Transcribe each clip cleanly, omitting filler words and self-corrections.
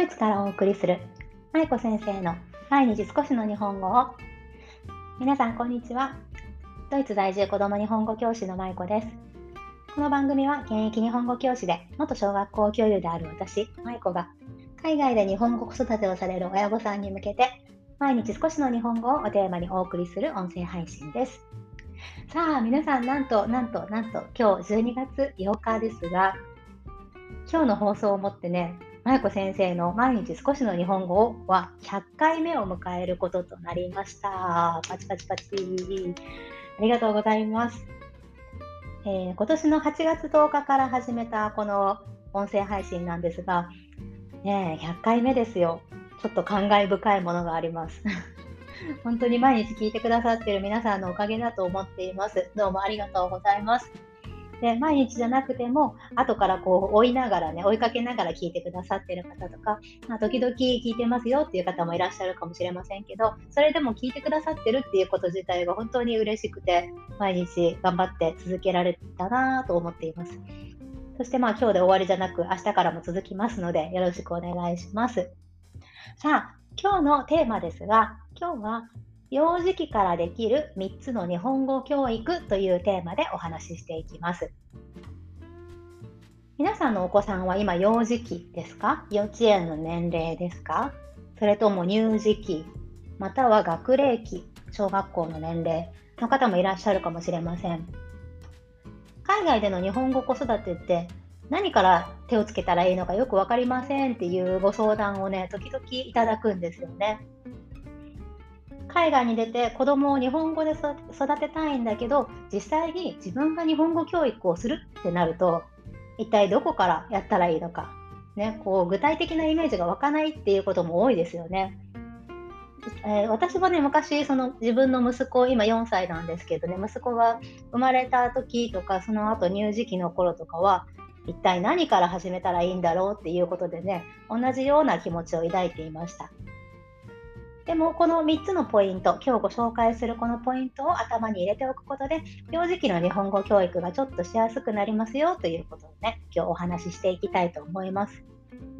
イツからお送りする舞子先生の毎日少しの日本語を。皆さんこんにちは。ドイツ在住子ども日本語教師の舞子です。この番組は現役日本語教師で元小学校教諭である私舞子が海外で日本語子育てをされる親御さんに向けて毎日少しの日本語をおテーマにお送りする音声配信です。さあ皆さん、なんと今日12月8日ですが、今日の放送をもってね、舞子先生の毎日少しの日本語は100回目を迎えることとなりました。パチパチパチ。ありがとうございます。今年の8月10日から始めたこの音声配信なんですが、100回目ですよ。ちょっと感慨深いものがあります。本当に毎日聞いてくださっている皆さんのおかげだと思っています。どうもありがとうございます。で、毎日じゃなくても後から追いかけながら聞いてくださっている方とか、時々聞いてますよっていう方もいらっしゃるかもしれませんけど、それでも聞いてくださってるっていうこと自体が本当に嬉しくて、毎日頑張って続けられたなと思っています。そして今日で終わりじゃなく明日からも続きますのでよろしくお願いします。さあ、今日のテーマですが、今日は幼児期からできる3つの日本語教育というテーマでお話ししていきます。皆さんのお子さんは今幼児期ですか？幼稚園の年齢ですか？それとも乳児期、または学齢期、小学校の年齢の方もいらっしゃるかもしれません。海外での日本語子育てって何から手をつけたらいいのかよくわかりませんっていうご相談をね、時々いただくんですよね。海外に出て子供を日本語で育てたいんだけど、実際に自分が日本語教育をするってなると、一体どこからやったらいいのか、具体的なイメージが湧かないっていうことも多いですよね。私もね、昔自分の息子、今4歳なんですけどね、息子が生まれた時とかその後乳児期の頃とかは一体何から始めたらいいんだろうっていうことでね、同じような気持ちを抱いていました。でもこの3つのポイント、今日ご紹介するこのポイントを頭に入れておくことで、幼児期の日本語教育がちょっとしやすくなりますよということをね、今日お話ししていきたいと思います。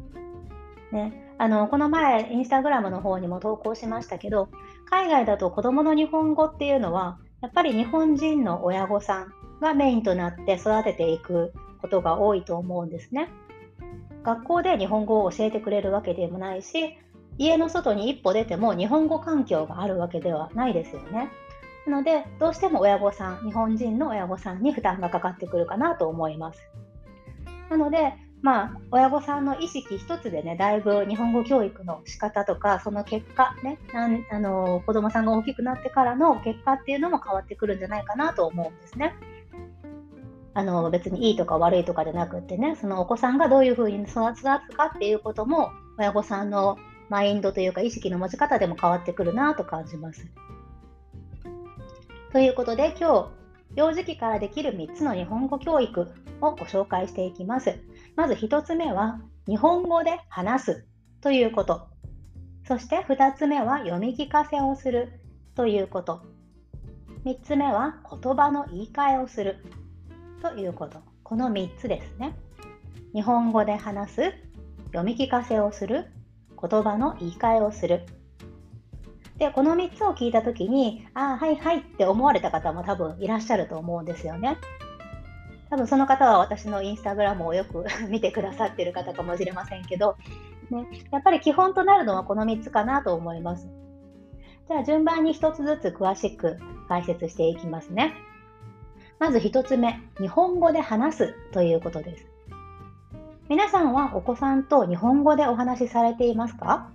この前インスタグラムの方にも投稿しましたけど、海外だと子どもの日本語っていうのはやっぱり日本人の親御さんがメインとなって育てていくことが多いと思うんですね。学校で日本語を教えてくれるわけでもないし、家の外に一歩出ても日本語環境があるわけではないですよね。なのでどうしても日本人の親御さんに負担がかかってくるかなと思います。なので親御さんの意識一つでね、だいぶ日本語教育の仕方とかその結果ね、子どもさんが大きくなってからの結果っていうのも変わってくるんじゃないかなと思うんですね。別にいいとか悪いとかじゃなくってね、そのお子さんがどういうふうに育つかっていうことも親御さんのマインドというか意識の持ち方でも変わってくるなと感じます。ということで今日幼児期からできる3つの日本語教育をご紹介していきます。まず1つ目は日本語で話すということ。そして2つ目は読み聞かせをするということ。3つ目は言葉の言い換えをするということ。この3つですね。日本語で話す、読み聞かせをする、言葉の言い換えをする。で、この3つを聞いたときに、はいはいって思われた方も多分いらっしゃると思うんですよね。多分その方は私のインスタグラムをよく見てくださっている方かもしれませんけど、やっぱり基本となるのはこの3つかなと思います。じゃあ順番に1つずつ詳しく解説していきますね。まず1つ目、日本語で話すということです。皆さんはお子さんと日本語でお話しされていますか？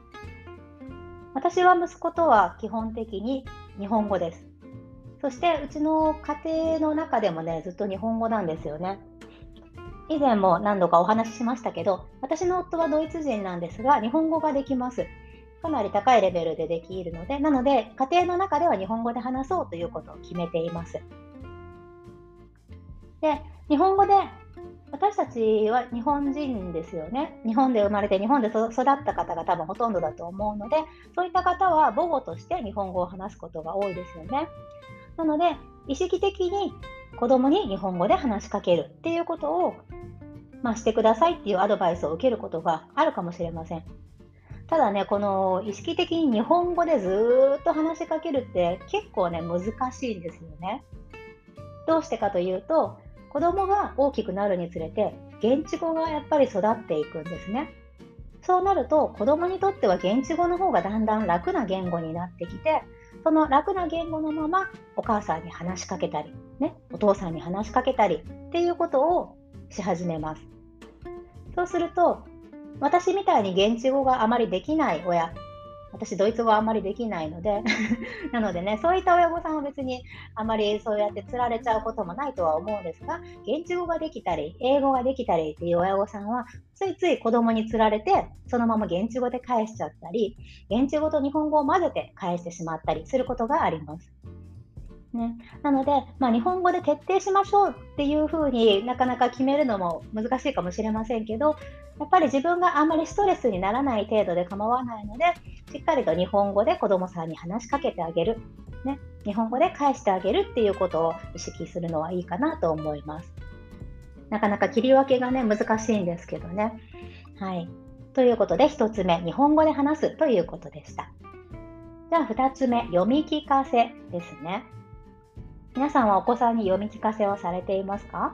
私は息子とは基本的に日本語です。そしてうちの家庭の中でもね、ずっと日本語なんですよね。以前も何度かお話ししましたけど、私の夫はドイツ人なんですが、日本語ができます。かなり高いレベルでできるので、なので家庭の中では日本語で話そうということを決めています。で、日本語で私たちは日本人ですよね。日本で生まれて日本で育った方が多分ほとんどだと思うので、そういった方は母語として日本語を話すことが多いですよね。なので意識的に子供に日本語で話しかけるっていうことをしてくださいっていうアドバイスを受けることがあるかもしれません。ただね、この意識的に日本語でずーっと話しかけるって結構ね、難しいんですよね。どうしてかというと、子供が大きくなるにつれて、現地語がやっぱり育っていくんですね。そうなると、子供にとっては現地語の方がだんだん楽な言語になってきて、その楽な言語のままお母さんに話しかけたり、ね、お父さんに話しかけたりっていうことをし始めます。そうすると、私みたいに現地語があまりできない親、私ドイツ語はあまりできないのでなのでね、そういった親御さんは別にあまりそうやって釣られちゃうこともないとは思うんですが、現地語ができたり英語ができたりっていう親御さんはついつい子供に釣られてそのまま現地語で返しちゃったり、現地語と日本語を混ぜて返してしまったりすることがあります。ね、なので、日本語で徹底しましょうっていうふうになかなか決めるのも難しいかもしれませんけど、やっぱり自分があんまりストレスにならない程度で構わないので、しっかりと日本語で子どもさんに話しかけてあげる、ね、日本語で返してあげるっていうことを意識するのはいいかなと思います。なかなか切り分けがね、難しいんですけどね。はい。ということで、1つ目、日本語で話すということでした。じゃあ2つ目、読み聞かせですね。皆さんはお子さんに読み聞かせをされていますか？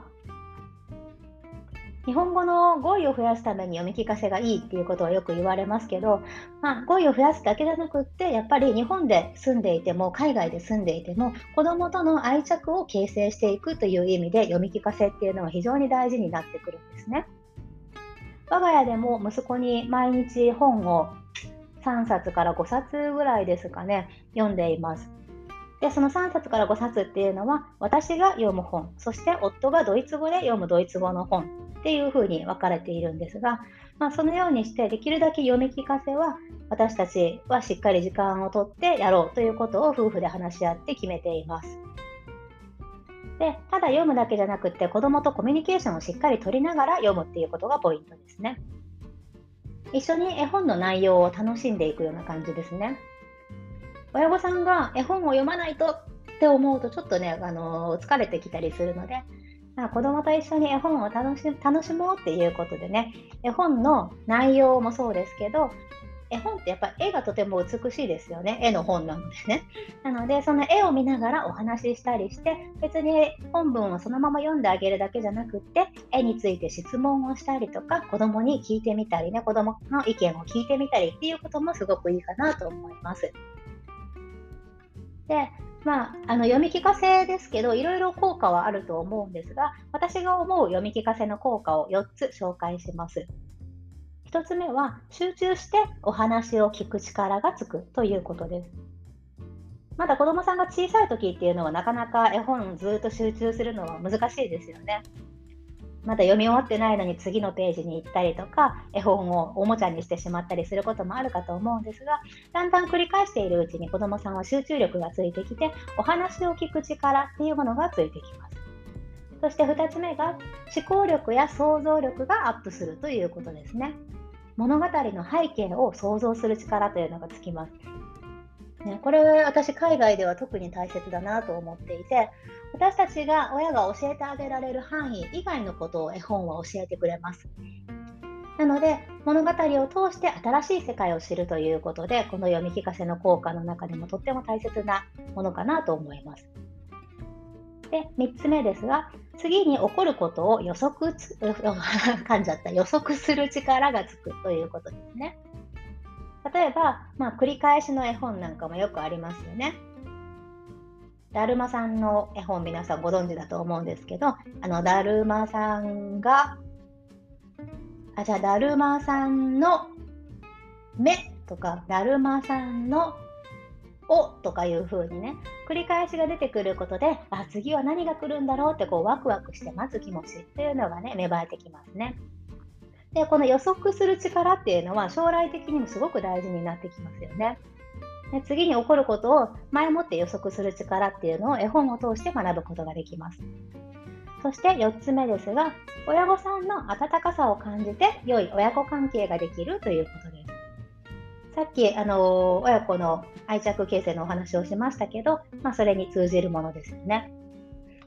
日本語の語彙を増やすために読み聞かせがいいっていうことはよく言われますけど、語彙を増やすだけじゃなくって、やっぱり日本で住んでいても海外で住んでいても子どもとの愛着を形成していくという意味で読み聞かせっていうのは非常に大事になってくるんですね。我が家でも息子に毎日本を3冊から5冊ぐらいですかね、読んでいます。で、その3冊から5冊っていうのは、私が読む本、そして夫がドイツ語で読むドイツ語の本っていう風に分かれているんですが、そのようにしてできるだけ読み聞かせは、私たちはしっかり時間をとってやろうということを夫婦で話し合って決めています。で、ただ読むだけじゃなくって、子供とコミュニケーションをしっかり取りながら読むっていうことがポイントですね。一緒に絵本の内容を楽しんでいくような感じですね。親御さんが絵本を読まないとって思うとちょっとね、疲れてきたりするので、子供と一緒に絵本を楽しもうっていうことでね、絵本の内容もそうですけど、絵本ってやっぱり絵がとても美しいですよね。絵の本なのでね。なので、その絵を見ながらお話ししたりして、別に本文をそのまま読んであげるだけじゃなくって、絵について質問をしたりとか、子供に聞いてみたりね、子供の意見を聞いてみたりっていうこともすごくいいかなと思います。で、読み聞かせですけど、いろいろ効果はあると思うんですが、私が思う読み聞かせの効果を4つ紹介します。1つ目は、集中してお話を聞く力がつくということです。まだ子供さんが小さい時っていうのはなかなか絵本をずっと集中するのは難しいですよね。まだ読み終わってないのに次のページに行ったりとか、絵本をおもちゃにしてしまったりすることもあるかと思うんですが、だんだん繰り返しているうちに子どもさんは集中力がついてきて、お話を聞く力っていうものがついてきます。そして2つ目が、思考力や想像力がアップするということですね。物語の背景を想像する力というのがつきます。これ私海外では特に大切だなと思っていて、私たちが親が教えてあげられる範囲以外のことを絵本は教えてくれます。なので物語を通して新しい世界を知るということで、この読み聞かせの効果の中でもとっても大切なものかなと思います。で、3つ目ですが、次に起こることを予測する力がつくということですね。例えば、繰り返しの絵本なんかもよくありますよね。だるまさんの絵本、皆さんご存知だと思うんですけど、だるまさんが、だるまさんの目とか、だるまさんのおとかいう風にね、繰り返しが出てくることで、次は何が来るんだろうってワクワクして待つ気持ちっていうのがね、芽生えてきますね。で、この予測する力っていうのは将来的にもすごく大事になってきますよね。で、次に起こることを前もって予測する力っていうのを絵本を通して学ぶことができます。そして4つ目ですが、親御さんの温かさを感じて良い親子関係ができるということです。さっき親子の愛着形成のお話をしましたけど、それに通じるものですよね。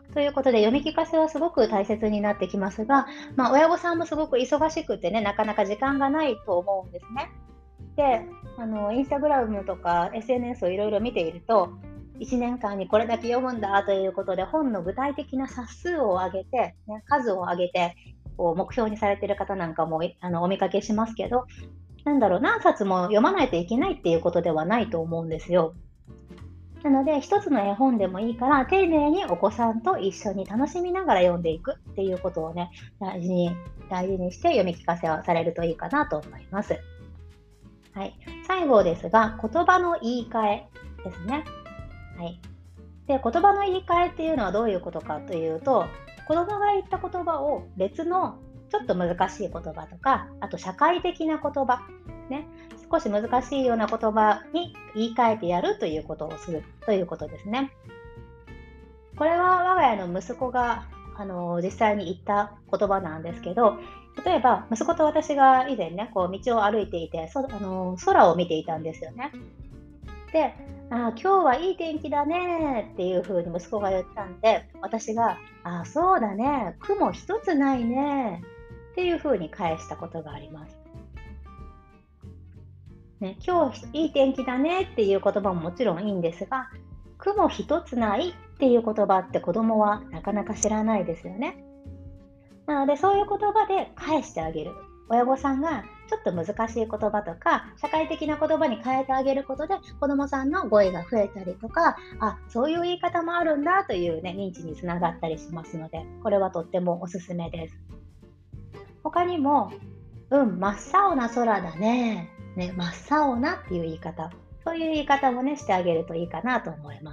ということで、読み聞かせはすごく大切になってきますが、親御さんもすごく忙しくてね、なかなか時間がないと思うんですね。で、インスタグラムとか SNS をいろいろ見ていると、1年間にこれだけ読むんだということで、本の具体的な冊数を上げて、ね、数を上げてこう目標にされている方なんかもお見かけしますけど、何冊も読まないといけないっていうことではないと思うんですよ。なので、一つの絵本でもいいから、丁寧にお子さんと一緒に楽しみながら読んでいくっていうことをね、大事にして読み聞かせをされるといいかなと思います。はい。最後ですが、言葉の言い換えですね。はい。で、言葉の言い換えっていうのはどういうことかというと、子供が言った言葉を別のちょっと難しい言葉とか、あと社会的な言葉、ね、少し難しいような言葉に言い換えてやるということをするということですね。これは我が家の息子が実際に言った言葉なんですけど、例えば息子と私が以前ね、こう道を歩いていて、空を見ていたんですよね。で、今日はいい天気だねっていう風に息子が言ったんで、私が、そうだね、雲一つないねっていう風に返したことがあります。ね、今日いい天気だねっていう言葉ももちろんいいんですが、雲一つないっていう言葉って子供はなかなか知らないですよね。なので、そういう言葉で返してあげる。親御さんがちょっと難しい言葉とか、社会的な言葉に変えてあげることで、子どもさんの語彙が増えたりとか、そういう言い方もあるんだというね、認知につながったりしますので、これはとってもおすすめです。他にも、真っ青な空だね。ね、真っ青なっていう言い方。そういう言い方もね、してあげるといいかなと思います。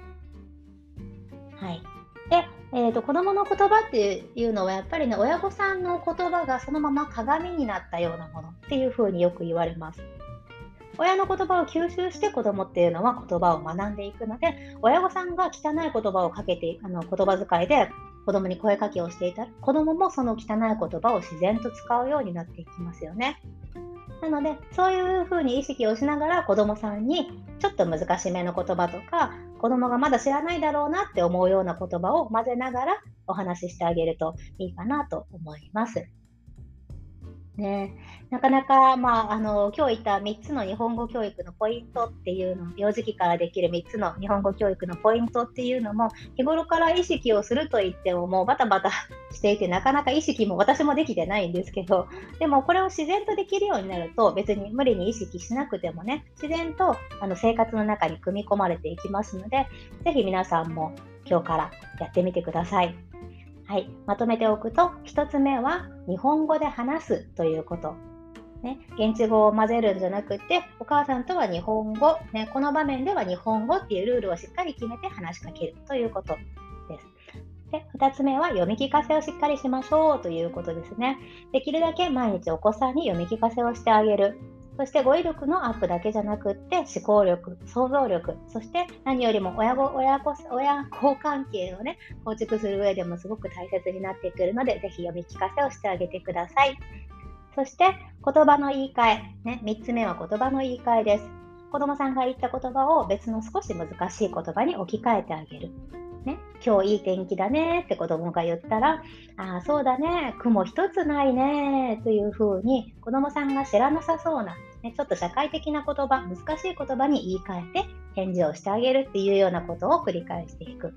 はい。で、子供の言葉っていうのはやっぱりね、親御さんの言葉がそのまま鏡になったようなものっていうふうによく言われます。親の言葉を吸収して子供っていうのは言葉を学んでいくので、親御さんが汚い言葉をかけて、言葉遣いで子供に声かけをしていたら、子供もその汚い言葉を自然と使うようになっていきますよね。なので、そういうふうに意識をしながら子どもさんにちょっと難しめの言葉とか、子どもがまだ知らないだろうなって思うような言葉を混ぜながらお話ししてあげるといいかなと思います。ね、なかなか、今日言った3つの日本語教育のポイントっていうの、幼児期からできる3つの日本語教育のポイントっていうのも、日頃から意識をすると言っても、もうバタバタしていて、なかなか意識も私もできてないんですけど、でもこれを自然とできるようになると、別に無理に意識しなくてもね、自然と生活の中に組み込まれていきますので、ぜひ皆さんも今日からやってみてください。はい、まとめておくと、1つ目は日本語で話すということ。ね、現地語を混ぜるんじゃなくて、お母さんとは日本語、ね、この場面では日本語っていうルールをしっかり決めて話しかけるということです。で、2つ目は読み聞かせをしっかりしましょうということですね。できるだけ毎日お子さんに読み聞かせをしてあげる。そして語彙力のアップだけじゃなくって、思考力、想像力、そして何よりも親子関係をね、構築する上でもすごく大切になってくるので、ぜひ読み聞かせをしてあげてください。そして言葉の言い換え、ね、3つ目は言葉の言い換えです。子どもさんが言った言葉を別の少し難しい言葉に置き換えてあげる。ね、今日いい天気だねって子供が言ったら、そうだね、雲一つないねというふうに子供さんが知らなさそうな、ね、ちょっと社会的な言葉、難しい言葉に言い換えて返事をしてあげるっていうようなことを繰り返していく。はい、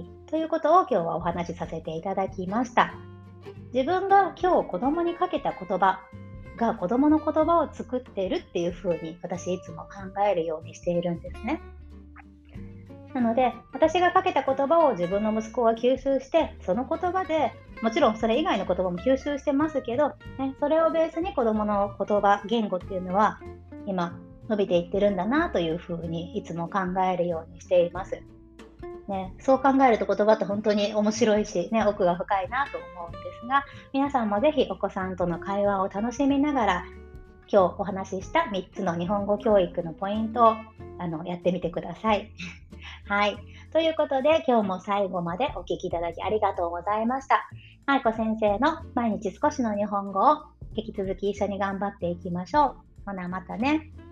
ということを今日はお話しさせていただきました。自分が今日子供にかけた言葉が子供の言葉を作っているっていうふうに私いつも考えるようにしているんですね。なので、私がかけた言葉を自分の息子が吸収して、その言葉で、もちろんそれ以外の言葉も吸収してますけど、ね、それをベースに子供の言葉、言語っていうのは今伸びていってるんだなというふうにいつも考えるようにしています。ね、そう考えると言葉って本当に面白いし、ね、奥が深いなと思うんですが、皆さんもぜひお子さんとの会話を楽しみながら、今日お話しした3つの日本語教育のポイントをやってみてください。はい。ということで、今日も最後までお聞きいただきありがとうございました。舞子先生の毎日少しの日本語を引き続き一緒に頑張っていきましょう。ほな、またね。